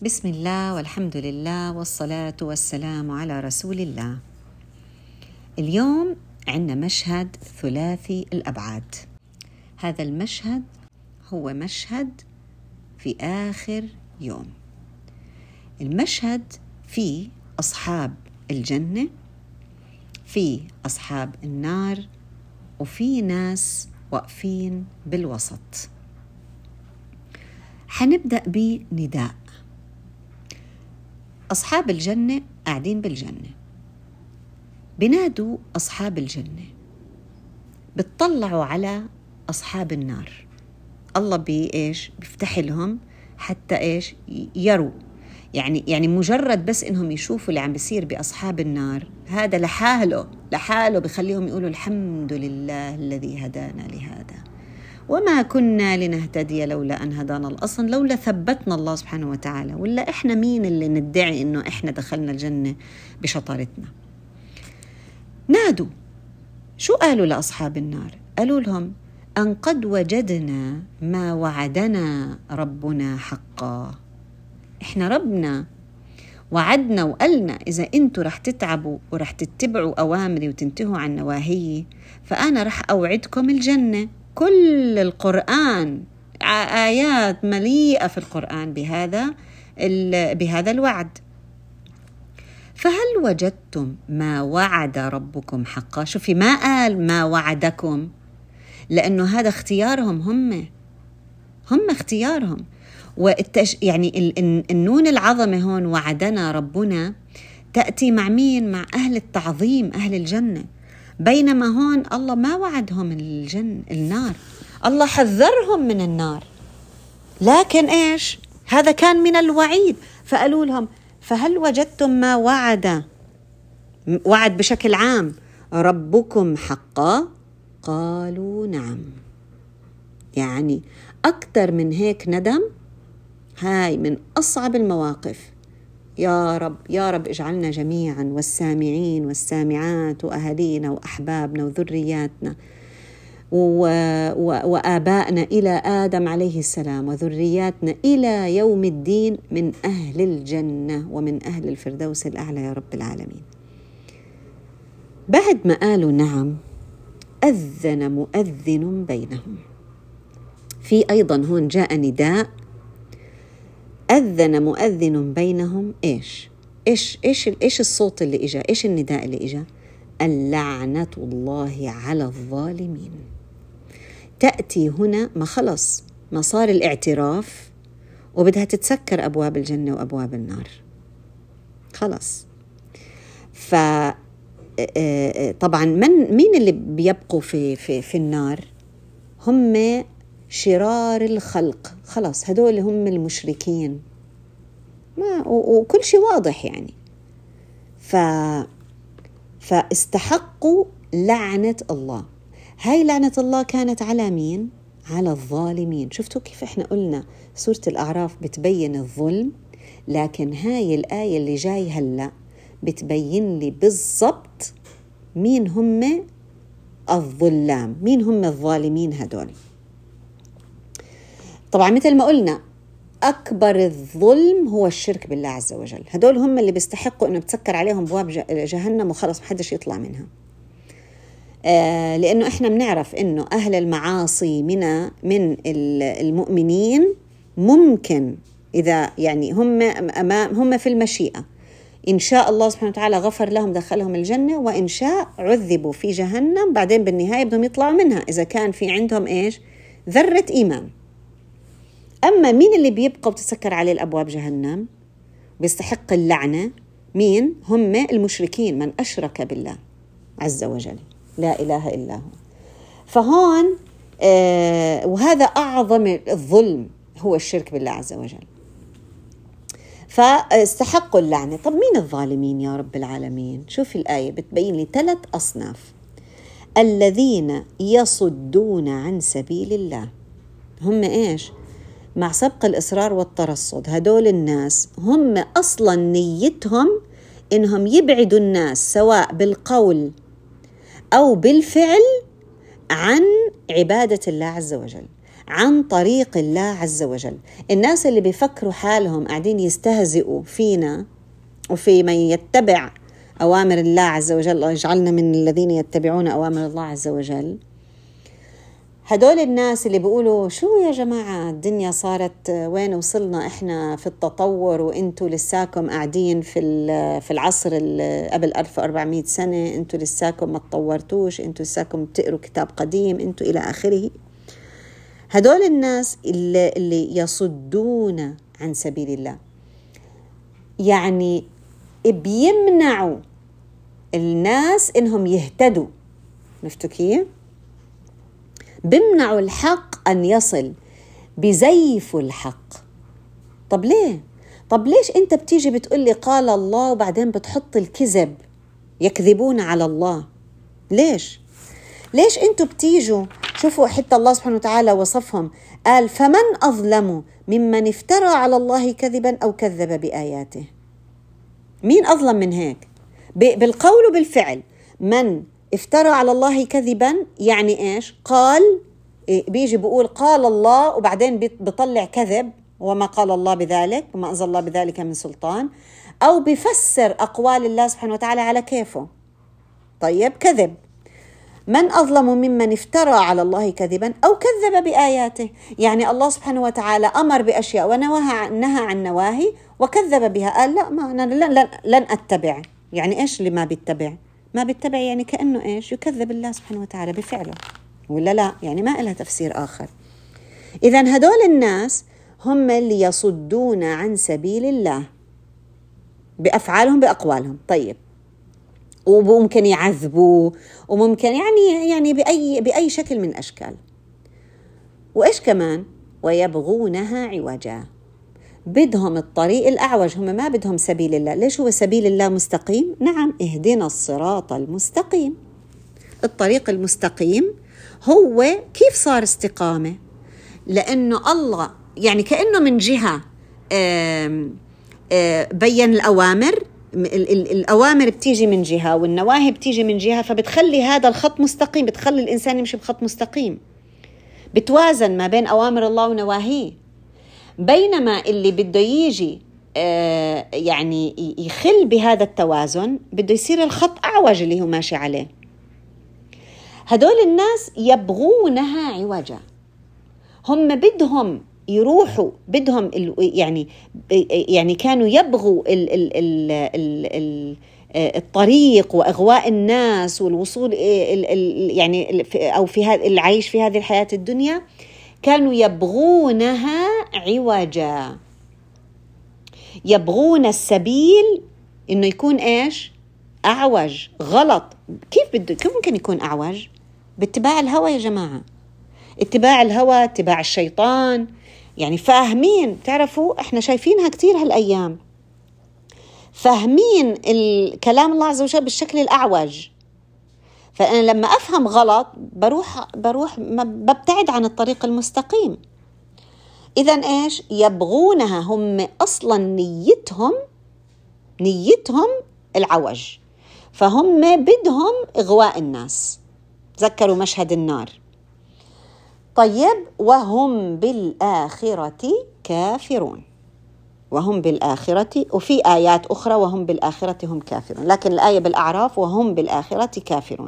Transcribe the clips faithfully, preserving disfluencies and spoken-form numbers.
بسم الله والحمد لله والصلاة والسلام على رسول الله. اليوم عندنا مشهد ثلاثي الأبعاد. هذا المشهد هو مشهد في آخر يوم. المشهد فيه أصحاب الجنة، فيه أصحاب النار، وفي ناس واقفين بالوسط. حنبدأ بنداء. أصحاب الجنة قاعدين بالجنة، بنادوا أصحاب الجنة، بتطلعوا على أصحاب النار. الله بإيش بيفتح لهم حتى إيش يروا، يعني يعني مجرد بس إنهم يشوفوا اللي عم بيصير بأصحاب النار، هذا لحاله لحاله بخليهم يقولوا الحمد لله الذي هدانا لهذا وما كنا لنهتدي لولا أن هدانا الله. أصلا لولا ثبتنا الله سبحانه وتعالى، ولا إحنا مين اللي ندعي إنه إحنا دخلنا الجنة بشطارتنا. نادوا، شو قالوا لأصحاب النار؟ قالوا لهم أن قد وجدنا ما وعدنا ربنا حقا. إحنا ربنا وعدنا وقالنا إذا أنتوا رح تتعبوا ورح تتبعوا أوامري وتنتهوا عن نواهيي فأنا رح أوعدكم الجنة. كل القرآن آيات مليئة في القرآن بهذا بهذا الوعد. فهل وجدتم ما وعد ربكم حقا؟ شوفي، ما قال ما وعدكم، لأنه هذا اختيارهم، هم هم اختيارهم. والتش... يعني النون العظمة هون وعدنا ربنا تأتي مع مين؟ مع أهل التعظيم، أهل الجنة. بينما هون الله ما وعدهم الجنة النار، الله حذرهم من النار، لكن إيش؟ هذا كان من الوعيد. فقالوا لهم فهل وجدتم ما وعد وعد بشكل عام ربكم حقا؟ قالوا نعم. يعني أكثر من هيك ندم، هاي من أصعب المواقف. يا رب يا رب اجعلنا جميعا والسامعين والسامعات وأهلينا وأحبابنا وذرياتنا و... و... وآبائنا إلى آدم عليه السلام وذرياتنا إلى يوم الدين من أهل الجنة ومن أهل الفردوس الأعلى يا رب العالمين. بعد ما قالوا نعم أذن مؤذن بينهم. في أيضا هون جاء نداء، أذن مؤذن بينهم. إيش إيش إيش إيش الصوت اللي إجا؟ إيش النداء اللي إجا؟ اللعنة الله على الظالمين. تأتي هنا ما خلص ما صار الاعتراف وبدها تتسكر أبواب الجنة وأبواب النار، خلص. ف طبعا من مين اللي بيبقوا في في في النار؟ هم شرار الخلق، خلاص هدول هم المشركين، ما وكل شيء واضح يعني. ف فاستحقوا لعنة الله. هاي لعنة الله كانت على مين؟ على الظالمين. شفتوا كيف احنا قلنا سورة الأعراف بتبين الظلم، لكن هاي الآية اللي جاي هلأ بتبين لي بالضبط مين هم الظلام، مين هم الظالمين هدول. طبعا مثل ما قلنا أكبر الظلم هو الشرك بالله عز وجل. هدول هم اللي بيستحقوا أنه بتسكر عليهم بواب جهنم وخلص محدش يطلع منها. آه لأنه إحنا بنعرف أنه أهل المعاصي من من المؤمنين ممكن إذا يعني هم أمام هم في المشيئة، إن شاء الله سبحانه وتعالى غفر لهم دخلهم الجنة، وإن شاء عذبوا في جهنم بعدين بالنهاية بدهم يطلعوا منها إذا كان في عندهم إيش؟ ذرة إيمان. أما مين اللي بيبقى وبتسكر عليه الأبواب جهنم بيستحق اللعنة؟ مين؟ هم المشركين، من أشرك بالله عز وجل، لا إله إلا هو. فهون آه وهذا أعظم الظلم، هو الشرك بالله عز وجل، فاستحقوا اللعنة. طب مين الظالمين يا رب العالمين؟ شوف الآية بتبين لي ثلاث أصناف. الذين يصدون عن سبيل الله، هم إيش؟ مع سبق الإصرار والترصد. هدول الناس هم أصلا نيتهم إنهم يبعدوا الناس سواء بالقول أو بالفعل عن عبادة الله عز وجل، عن طريق الله عز وجل. الناس اللي بيفكروا حالهم قاعدين يستهزئوا فينا وفي من يتبع أوامر الله عز وجل، الله يجعلنا من الذين يتبعون أوامر الله عز وجل، هدول الناس اللي بيقولوا شو يا جماعة الدنيا صارت وين وصلنا إحنا في التطور وإنتوا لساكم قاعدين في في العصر قبل ألف وأربعمائة سنة، إنتوا لساكم ما تطورتوش، إنتوا لساكم بتقروا كتاب قديم، إنتوا إلى آخره. هدول الناس اللي, اللي يصدون عن سبيل الله، يعني بيمنعوا الناس إنهم يهتدوا. عرفتوا كيف؟ بيمنعوا الحق أن يصل، بزيفوا الحق. طب ليه؟ طب ليش أنت بتيجي بتقولي قال الله وبعدين بتحط الكذب، يكذبون على الله؟ ليش؟ ليش أنتوا بتيجوا؟ شوفوا حتى الله سبحانه وتعالى وصفهم، قال فمن أظلم ممن افترى على الله كذبا أو كذب بآياته. مين أظلم من هيك؟ بالقول وبالفعل. من افترى على الله كذبا يعني إيش؟ قال، بيجي بيقول قال الله وبعدين بيطلع كذب وما قال الله بذلك وما أنزل الله بذلك من سلطان، أو بيفسر أقوال الله سبحانه وتعالى على كيفه. طيب كذب. من أظلم ممن افترى على الله كذبا أو كذب بآياته، يعني الله سبحانه وتعالى أمر بأشياء ونهى نهى عن نواهي وكذب بها، قال لا ما أنا لن, لن, لن أتبع. يعني إيش اللي ما بيتبع؟ ما بيتبع يعني كأنه إيش؟ يكذب الله سبحانه وتعالى بفعله، ولا لا؟ يعني ما لها تفسير آخر. إذن هدول الناس هم اللي يصدون عن سبيل الله بأفعالهم بأقوالهم. طيب، وممكن يعذبوا وممكن يعني يعني بأي بأي شكل من الأشكال. وإيش كمان؟ ويبغونها عوجا، بدهم الطريق الأعوج، هم ما بدهم سبيل الله. ليش هو سبيل الله مستقيم؟ نعم، اهدنا الصراط المستقيم. الطريق المستقيم هو كيف صار استقامة؟ لأنه الله يعني كأنه من جهة آم آم بين الأوامر، الأوامر بتيجي من جهة والنواهي بتيجي من جهة، فبتخلي هذا الخط مستقيم، بتخلي الإنسان يمشي بخط مستقيم، بتوازن ما بين أوامر الله ونواهيه. بينما اللي بده يجي آه يعني يخل بهذا التوازن بده يصير الخط أعوج اللي هو ماشي عليه. هدول الناس يبغونها عوجا، هم بدهم يروحوا، بدهم يعني يعني كانوا يبغوا ال ال ال ال ال الطريق وإغواء الناس والوصول ال ال يعني أو في هذا العيش في هذه الحياة الدنيا، كانوا يبغونها عوجا، يبغون السبيل إنه يكون إيش؟ أعوج، غلط. كيف بده كيف ممكن يكون أعوج؟ باتباع الهوى يا جماعة، اتباع الهوى، اتباع الشيطان. يعني فاهمين، تعرفوا احنا شايفينها كتير هالأيام، فاهمين الكلام الله عز وجل بالشكل الأعوج. فأنا لما أفهم غلط بروح بروح ببتعد عن الطريق المستقيم. إذن إيش؟ يبغونها، هم أصلا نيتهم نيتهم العوج، فهم بدهم إغواء الناس. تذكروا مشهد النار. طيب، وهم بالآخرة كافرون، وهم بالآخرة، وفي آيات أخرى وهم بالآخرة هم كافرون، لكن الآية بالأعراف وهم بالآخرة كافرون.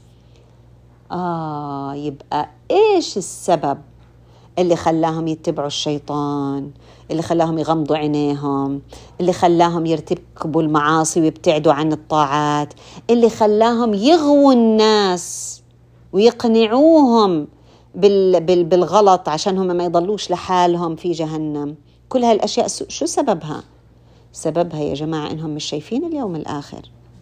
آه يبقى إيش السبب اللي خلاهم يتبعوا الشيطان، اللي خلاهم يغمضوا عينيهم، اللي خلاهم يرتكبوا المعاصي ويبتعدوا عن الطاعات، اللي خلاهم يغووا الناس ويقنعوهم بالغلط عشان هم ما يضلوش لحالهم في جهنم؟ كل هالأشياء شو سببها؟ سببها يا جماعة إنهم مش شايفين اليوم الآخر.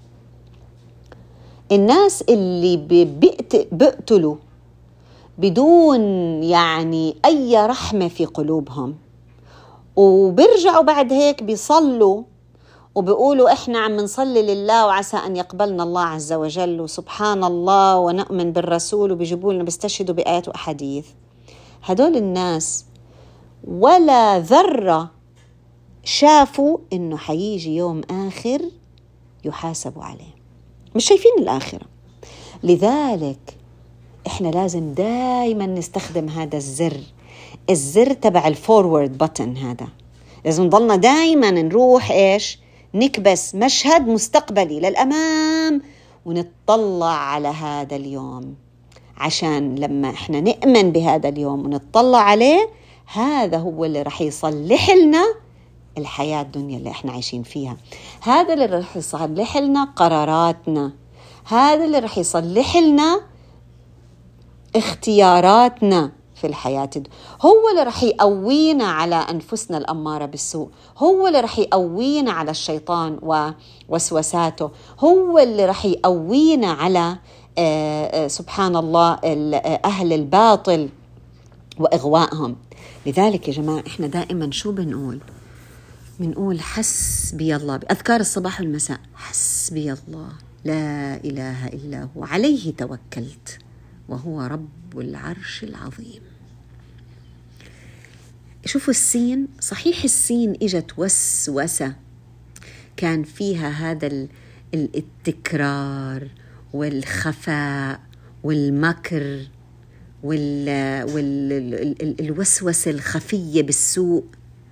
الناس اللي بيقتلوا بدون يعني أي رحمة في قلوبهم، وبيرجعوا بعد هيك بيصلوا وبيقولوا إحنا عم نصلي لله وعسى أن يقبلنا الله عز وجل وسبحان الله ونؤمن بالرسول، وبيجيبوا لنا بيستشهدوا بآيات وأحاديث. هدول الناس ولا ذرة شافوا إنه حييجي يوم آخر يحاسبوا عليه، مش شايفين الآخرة. لذلك إحنا لازم دايما نستخدم هذا الزر الزر تبع الفورورد بutton هذا. لازم نضلنا دايما نروح إيش نكبس مشهد مستقبلي للأمام ونتطلع على هذا اليوم، عشان لما إحنا نؤمن بهذا اليوم ونتطلع عليه، هذا هو اللي رح يصلح لنا الحياة الدنيا اللي إحنا عايشين فيها. هذا اللي رح يصلح لنا قراراتنا، هذا اللي رح يصلح لنا اختياراتنا في الحياة. هو اللي رح يقوينا على أنفسنا الأمارة بالسوء، هو اللي رح يقوينا على الشيطان ووسوساته، هو اللي رح يقوينا على آه سبحان الله أهل الباطل وإغوائهم. لذلك يا جماعة إحنا دائما شو بنقول؟ بنقول حسبي الله بأذكار الصباح والمساء، حسبي الله لا إله إلا هو عليه توكلت وهو رب العرش العظيم. شوفوا السين، صحيح السين إجت وسوسة كان فيها هذا التكرار والخفاء والمكر والوسوسة الخفية بالسوء،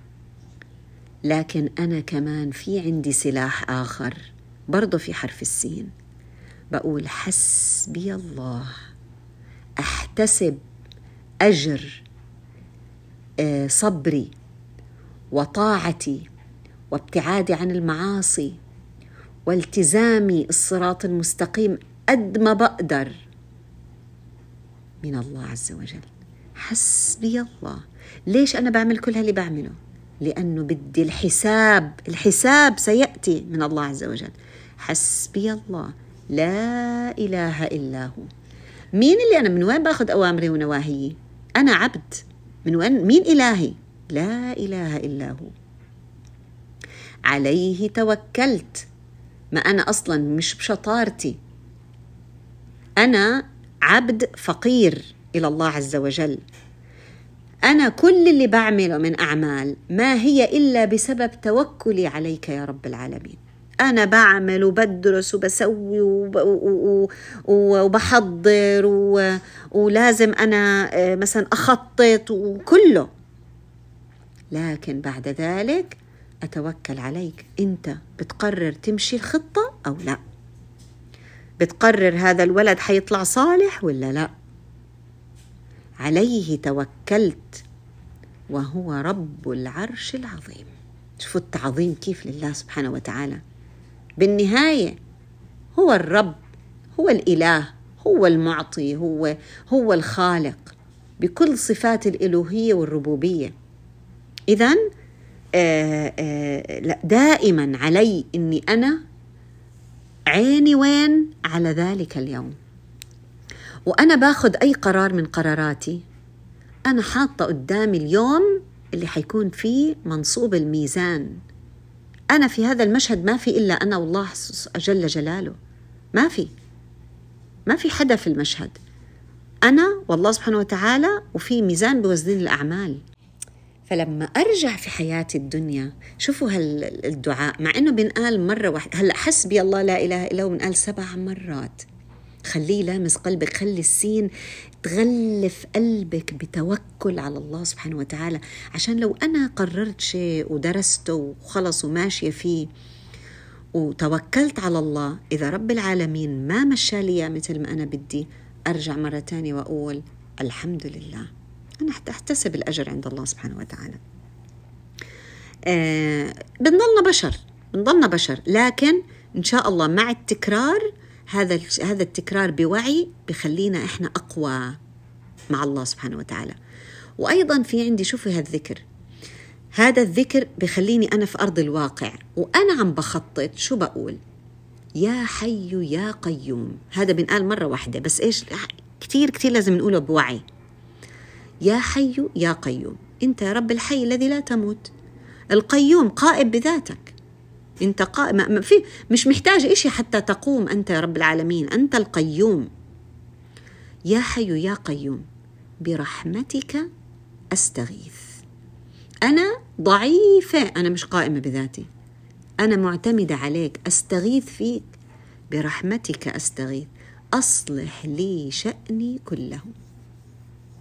لكن أنا كمان في عندي سلاح آخر برضو في حرف السين، بقول حسبي الله، أحتسب أجر صبري وطاعتي وابتعادي عن المعاصي والتزامي الصراط المستقيم قد ما بقدر من الله عز وجل. حسبي الله. ليش أنا بعمل كل هاللي بعمله؟ لأنه بدي الحساب، الحساب سيأتي من الله عز وجل. حسبي الله لا إله إلا هو. مين اللي أنا؟ من وين باخذ أوامري ونواهيي؟ أنا عبد. من وين؟ مين إلهي؟ لا إله إلا هو. عليه توكلت. ما أنا أصلا مش بشطارتي، أنا عبد فقير إلى الله عز وجل. أنا كل اللي بعمله من أعمال ما هي إلا بسبب توكلي عليك يا رب العالمين. أنا بعمل وبدرس وبسوي وب... و... و... وبحضر و... ولازم أنا مثلا أخطط وكله، لكن بعد ذلك أتوكل عليك. أنت بتقرر تمشي الخطة أو لا، بتقرر هذا الولد حيطلع صالح ولا لا. عليه توكلت وهو رب العرش العظيم. شوفوا التعظيم كيف لله سبحانه وتعالى. بالنهاية هو الرب، هو الإله، هو المعطي، هو هو الخالق بكل صفات الإلوهية والربوبية. إذن آه آه دائما علي إني أنا عيني وين على ذلك اليوم، وأنا باخذ أي قرار من قراراتي أنا حاطة قدامي اليوم اللي حيكون فيه منصوب الميزان. أنا في هذا المشهد ما في إلا أنا والله جل جلاله، ما في ما في حدا في المشهد، أنا والله سبحانه وتعالى، وفي ميزان بوزن الأعمال. فلما أرجع في حياتي الدنيا، شوفوا هالدعاء مع أنه بنقال مرة واحدة، هلأ حسبي الله لا إله إلا هو بنقال سبع مرات. خليه لامس قلبك، خلي السين تغلف قلبك بتوكل على الله سبحانه وتعالى. عشان لو أنا قررت شيء ودرسته وخلص وماشية فيه وتوكلت على الله، إذا رب العالمين ما مشى لي مثل ما أنا بدي، أرجع مرة تانية وأقول الحمد لله، أنا أحتسب الأجر عند الله سبحانه وتعالى. آه بنضلنا بشر بنضلنا بشر لكن إن شاء الله مع التكرار، هذا هذا التكرار بوعي بخلينا إحنا أقوى مع الله سبحانه وتعالى. وأيضا في عندي شوفوا هالذكر، هذا الذكر بخليني أنا في أرض الواقع وأنا عم بخطط. شو بقول؟ يا حي يا قيوم. هذا بنقال مرة واحدة بس، إيش كتير كتير لازم نقوله بوعي. يا حي يا قيوم، أنت يا رب الحي الذي لا تموت، القيوم قائم بذاتك، أنت قائم، ما في مش محتاج إشي حتى تقوم، أنت يا رب العالمين أنت القيوم. يا حي يا قيوم برحمتك أستغيث. أنا ضعيفة، أنا مش قائمة بذاتي، أنا معتمدة عليك، أستغيث فيك، برحمتك أستغيث، أصلح لي شأني كله.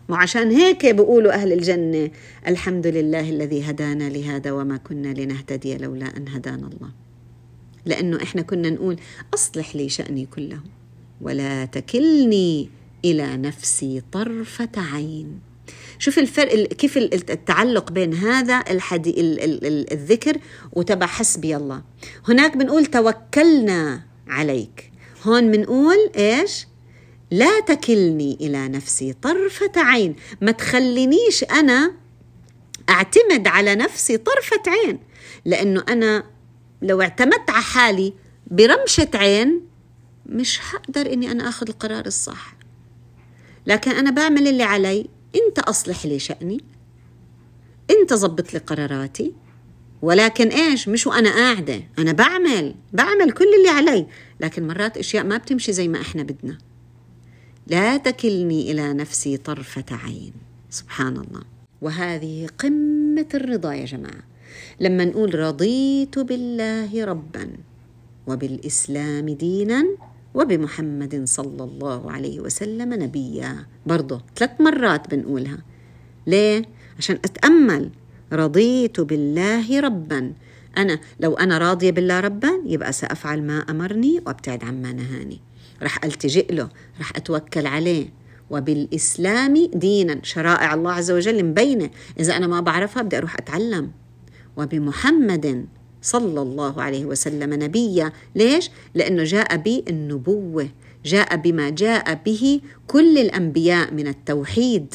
مو عشان هيك بيقولوا أهل الجنة الحمد لله الذي هدانا لهذا وما كنا لنهتدي لولا أن هدانا الله. لأنه إحنا كنا نقول أصلح لي شأني كله ولا تكلني إلى نفسي طرفة عين. شوف الفرق كيف التعلق بين هذا الحدي الذكر وتبع حسبي الله. هناك بنقول توكلنا عليك، هون بنقول إيش؟ لا تكلني إلى نفسي طرفة عين، ما تخلينيش أنا أعتمد على نفسي طرفة عين، لأنه أنا لو اعتمدت على حالي برمشة عين مش هقدر إني أنا أخذ القرار الصح. لكن أنا بعمل اللي علي، أنت أصلح لي شأني، أنت ضبط لي قراراتي، ولكن إيش؟ مش وأنا قاعدة، أنا بعمل بعمل كل اللي علي، لكن مرات أشياء ما بتمشي زي ما إحنا بدنا. لا تكلني إلى نفسي طرفة عين. سبحان الله. وهذه قمة الرضا يا جماعة، لما نقول رضيت بالله ربا وبالإسلام دينا وبمحمد صلى الله عليه وسلم نبيا. برضو ثلاث مرات بنقولها. ليه؟ عشان أتأمل. رضيت بالله ربا، أنا لو أنا راضية بالله ربا يبقى سأفعل ما أمرني وأبتعد عما نهاني، رح ألتجئ له، رح أتوكل عليه. وبالإسلام دينا، شرائع الله عز وجل مبينة، إذا أنا ما بعرفها بدي أروح أتعلم. وبمحمد صلى الله عليه وسلم نبيا. ليش؟ لأنه جاء به النبوة، جاء بما جاء به كل الأنبياء من التوحيد.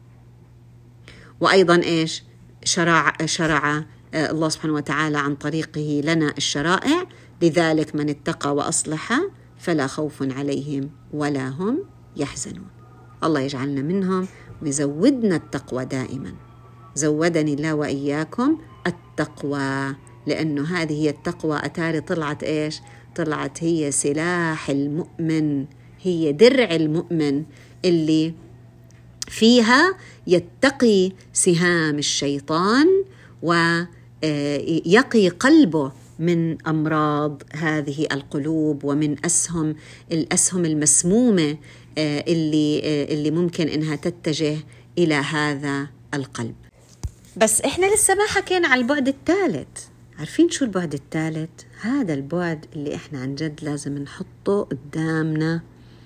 وأيضا إيش؟ شرع, شرع الله سبحانه وتعالى عن طريقه لنا الشرائع. لذلك من اتقى وأصلح فلا خوف عليهم ولا هم يحزنون. الله يجعلنا منهم ويزودنا التقوى دائما. زودني الله وإياكم التقوى، لأنه هذه هي التقوى. أتاري طلعت إيش؟ طلعت هي سلاح المؤمن، هي درع المؤمن اللي فيها يتقي سهام الشيطان ويقي قلبه من أمراض هذه القلوب ومن أسهم الأسهم المسمومة اللي اللي ممكن إنها تتجه إلى هذا القلب. بس إحنا لسه ما حكينا على البعد الثالث. عارفين شو البعد الثالث؟ هذا البعد اللي إحنا عن جد لازم نحطه قدامنا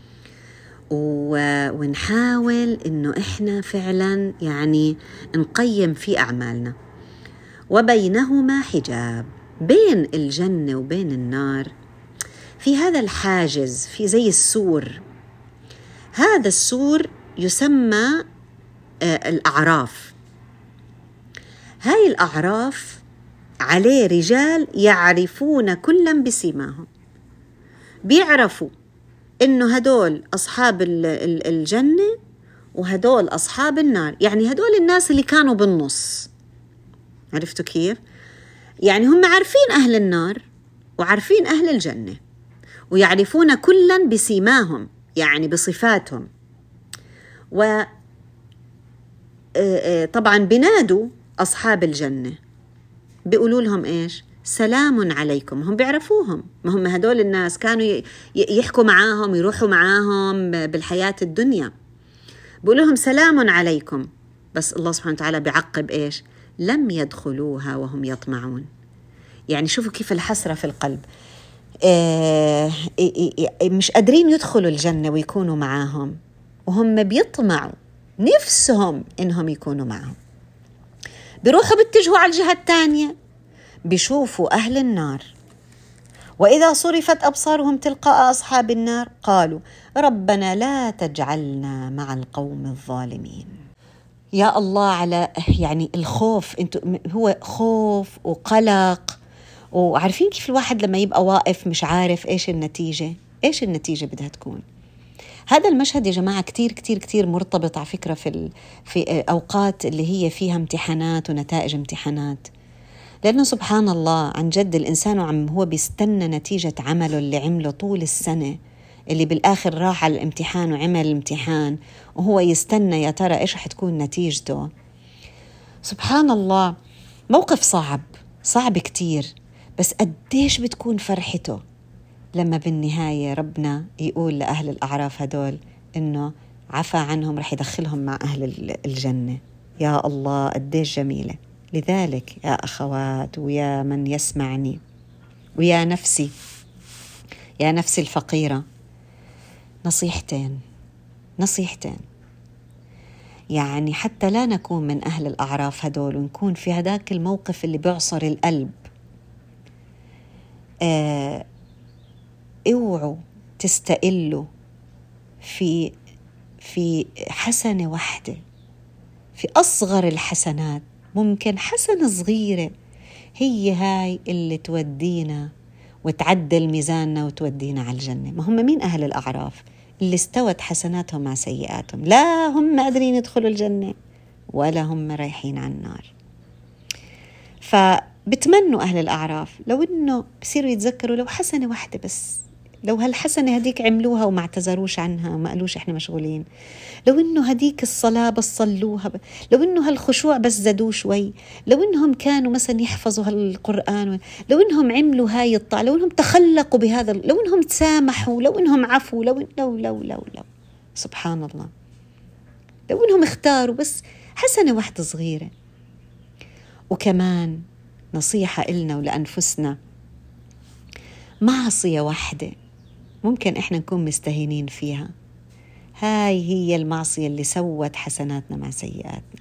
ونحاول إنه إحنا فعلا يعني نقيم في أعمالنا. وبينهما حجاب، بين الجنة وبين النار في هذا الحاجز، في زي السور. هذا السور يسمى الأعراف. هاي الأعراف عليه رجال يعرفون كلا بسيماهم، بيعرفوا إنه هدول أصحاب الجنة وهدول أصحاب النار. يعني هدول الناس اللي كانوا بالنص. عرفتوا كيف؟ يعني هم عارفين أهل النار وعارفين أهل الجنة، ويعرفون كلا بسيماهم، يعني بصفاتهم. وطبعا بنادوا أصحاب الجنة، بيقولوا لهم إيش؟ سلام عليكم. هم بيعرفوهم، ما هم هدول الناس كانوا يحكوا معاهم، يروحوا معاهم بالحياة الدنيا. بيقولوا لهم سلام عليكم. بس الله سبحانه وتعالى بيعقب إيش؟ لم يدخلوها وهم يطمعون. يعني شوفوا كيف الحسرة في القلب. آه مش قادرين يدخلوا الجنة ويكونوا معاهم، وهم بيطمعوا نفسهم إنهم يكونوا معهم. بيروحوا بيتجهوا على الجهة الثانية، بيشوفوا أهل النار. وإذا صرفت أبصارهم تلقاء أصحاب النار قالوا ربنا لا تجعلنا مع القوم الظالمين. يا الله على يعني الخوف. انتو هو خوف وقلق. وعارفين كيف الواحد لما يبقى واقف مش عارف إيش النتيجة، إيش النتيجة بدها تكون. هذا المشهد يا جماعة كتير كتير كتير مرتبط على فكرة في في أوقات اللي هي فيها امتحانات ونتائج امتحانات. لأنه سبحان الله عن جد الإنسان عم هو بيستنى نتيجة عمله اللي عمله طول السنة، اللي بالآخر راح على الامتحان وعمل الامتحان، وهو يستنى يا ترى إيش رح تكون نتيجته. سبحان الله، موقف صعب صعب كتير، بس قديش بتكون فرحته لما بالنهاية ربنا يقول لأهل الأعراف هدول إنه عفى عنهم رح يدخلهم مع أهل الجنة. يا الله قديش جميلة. لذلك يا أخوات ويا من يسمعني ويا نفسي، يا نفسي الفقيرة، نصيحتين نصيحتين يعني حتى لا نكون من أهل الأعراف هدول ونكون في هداك الموقف اللي بيعصر القلب. آه اوعوا تستقلوا في في حسنة واحدة، في أصغر الحسنات، ممكن حسنة صغيرة هي هاي اللي تودينا وتعدل ميزاننا وتودينا على الجنة. ما هم مين أهل الأعراف؟ اللي استوت حسناتهم مع سيئاتهم، لا هم قادرين يدخلوا الجنة ولا هم رايحين على النار. فبتمنوا أهل الأعراف لو إنه بصيروا يتذكروا لو حسنة واحدة بس، لو هالحسنة هديك عملوها وما اعتذروش عنها وما قالوش إحنا مشغولين، لو إنه هديك الصلاة بس صلوها، لو إنه هالخشوع بس زادوا شوي، لو إنهم كانوا مثلا يحفظوا هالقرآن، لو إنهم عملوا هاي الطاعة، لو إنهم تخلقوا بهذا، لو إنهم تسامحوا، لو إنهم عفوا، لو لو لو لو, لو. سبحان الله، لو إنهم اختاروا بس حسنة واحدة صغيرة. وكمان نصيحة إلنا ولأنفسنا، معصية واحدة ممكن إحنا نكون مستهينين فيها، هاي هي المعصية اللي سوت حسناتنا مع سيئاتنا.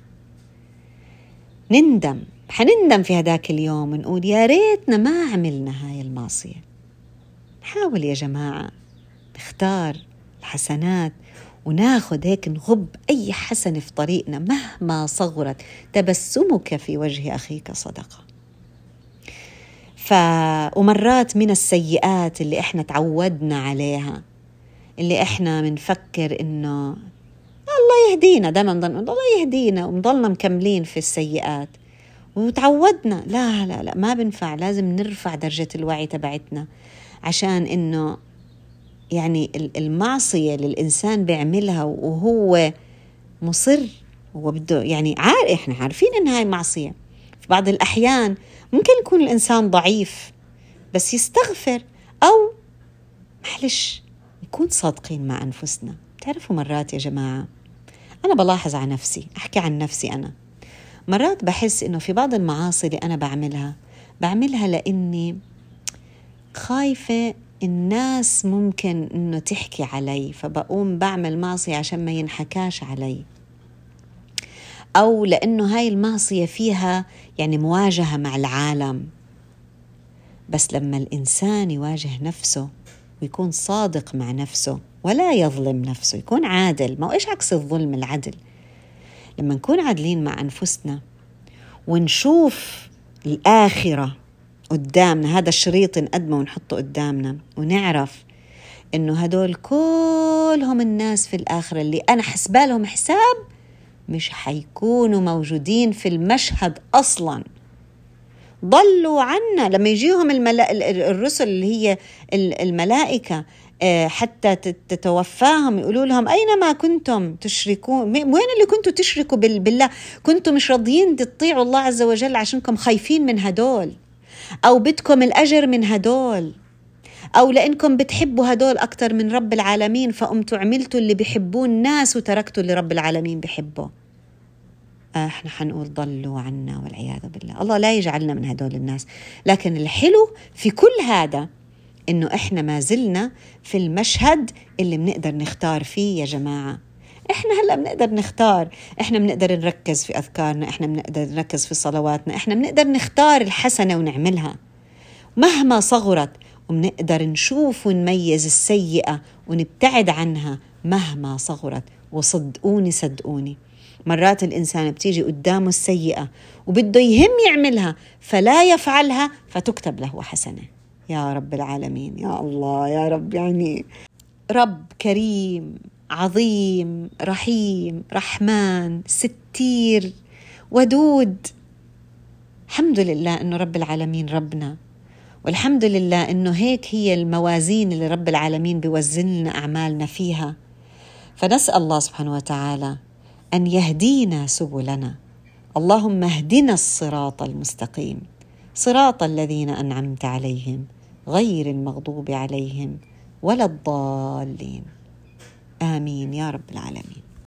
نندم، حنندم في هداك اليوم ونقول يا ريتنا ما عملنا هاي المعصية. نحاول يا جماعة نختار الحسنات وناخد هيك، نغب أي حسنة في طريقنا مهما صغرت. تبسمك في وجه أخيك صدقة. ف... ومرات من السيئات اللي إحنا تعودنا عليها، اللي إحنا منفكر إنه الله يهدينا، دائما نضل الله يهدينا ونضلنا مكملين في السيئات وتعودنا. لا لا لا ما بنفع، لازم نرفع درجة الوعي تبعتنا، عشان إنه يعني المعصية اللي الإنسان بيعملها وهو مصر، هو بده يعني عارف، إحنا عارفين إن هاي معصية. في بعض الأحيان ممكن يكون الإنسان ضعيف بس يستغفر، أو معلش نكون صادقين مع أنفسنا. تعرفوا مرات يا جماعة أنا بلاحظ على نفسي، أحكي عن نفسي أنا، مرات بحس إنه في بعض المعاصي اللي أنا بعملها بعملها لأني خايفة الناس ممكن إنه تحكي علي، فبقوم بعمل معصية عشان ما ينحكاش علي، أو لأنه هاي المعصية فيها يعني مواجهة مع العالم. بس لما الإنسان يواجه نفسه ويكون صادق مع نفسه ولا يظلم نفسه، يكون عادل، ما هو إيش عكس الظلم؟ العدل. لما نكون عادلين مع أنفسنا ونشوف الآخرة قدامنا، هذا الشريط نقدمه ونحطه قدامنا، ونعرف إنه هدول كلهم الناس في الآخرة اللي أنا حسبالهم حساب مش حيكونوا موجودين في المشهد أصلاً، ضلوا عنا. لما يجيهم الملا... الرسل اللي هي الملائكة حتى تتوفاهم، يقولوا لهم أين ما كنتم تشركون، وين اللي كنتوا تشركوا بالله؟ كنتوا مش راضيين تطيعوا الله عز وجل عشانكم خايفين من هدول، أو بدكم الأجر من هدول، أو لأنكم بتحبوا هدول أكتر من رب العالمين فقمتوا عملتوا اللي بيحبوه الناس وتركتوا اللي رب العالمين بيحبه. احنا حنقول ضلوا عنا والعياذ بالله. الله لا يجعلنا من هدول الناس. لكن الحلو في كل هذا إنه إحنا ما زلنا في المشهد اللي بنقدر نختار فيه يا جماعة. إحنا هلأ بنقدر نختار، إحنا بنقدر نركز في أذكارنا، إحنا بنقدر نركز في صلواتنا، إحنا بنقدر نختار الحسنة ونعملها مهما صغرت، وبنقدر نشوف ونميز السيئة ونبتعد عنها مهما صغرت. وصدقوني صدقوني مرات الإنسان بتيجي قدامه السيئة وبده يهم يعملها فلا يفعلها فتكتب له حسنة. يا رب العالمين، يا الله يا رب، يعني رب كريم عظيم رحيم رحمن ستير ودود. الحمد لله إنه رب العالمين ربنا، والحمد لله إنه هيك هي الموازين اللي رب العالمين بيوزن لنا أعمالنا فيها. فنسأل الله سبحانه وتعالى أن يهدينا سبلنا. اللهم اهدنا الصراط المستقيم، صراط الذين أنعمت عليهم غير المغضوب عليهم ولا الضالين. آمين يا رب العالمين.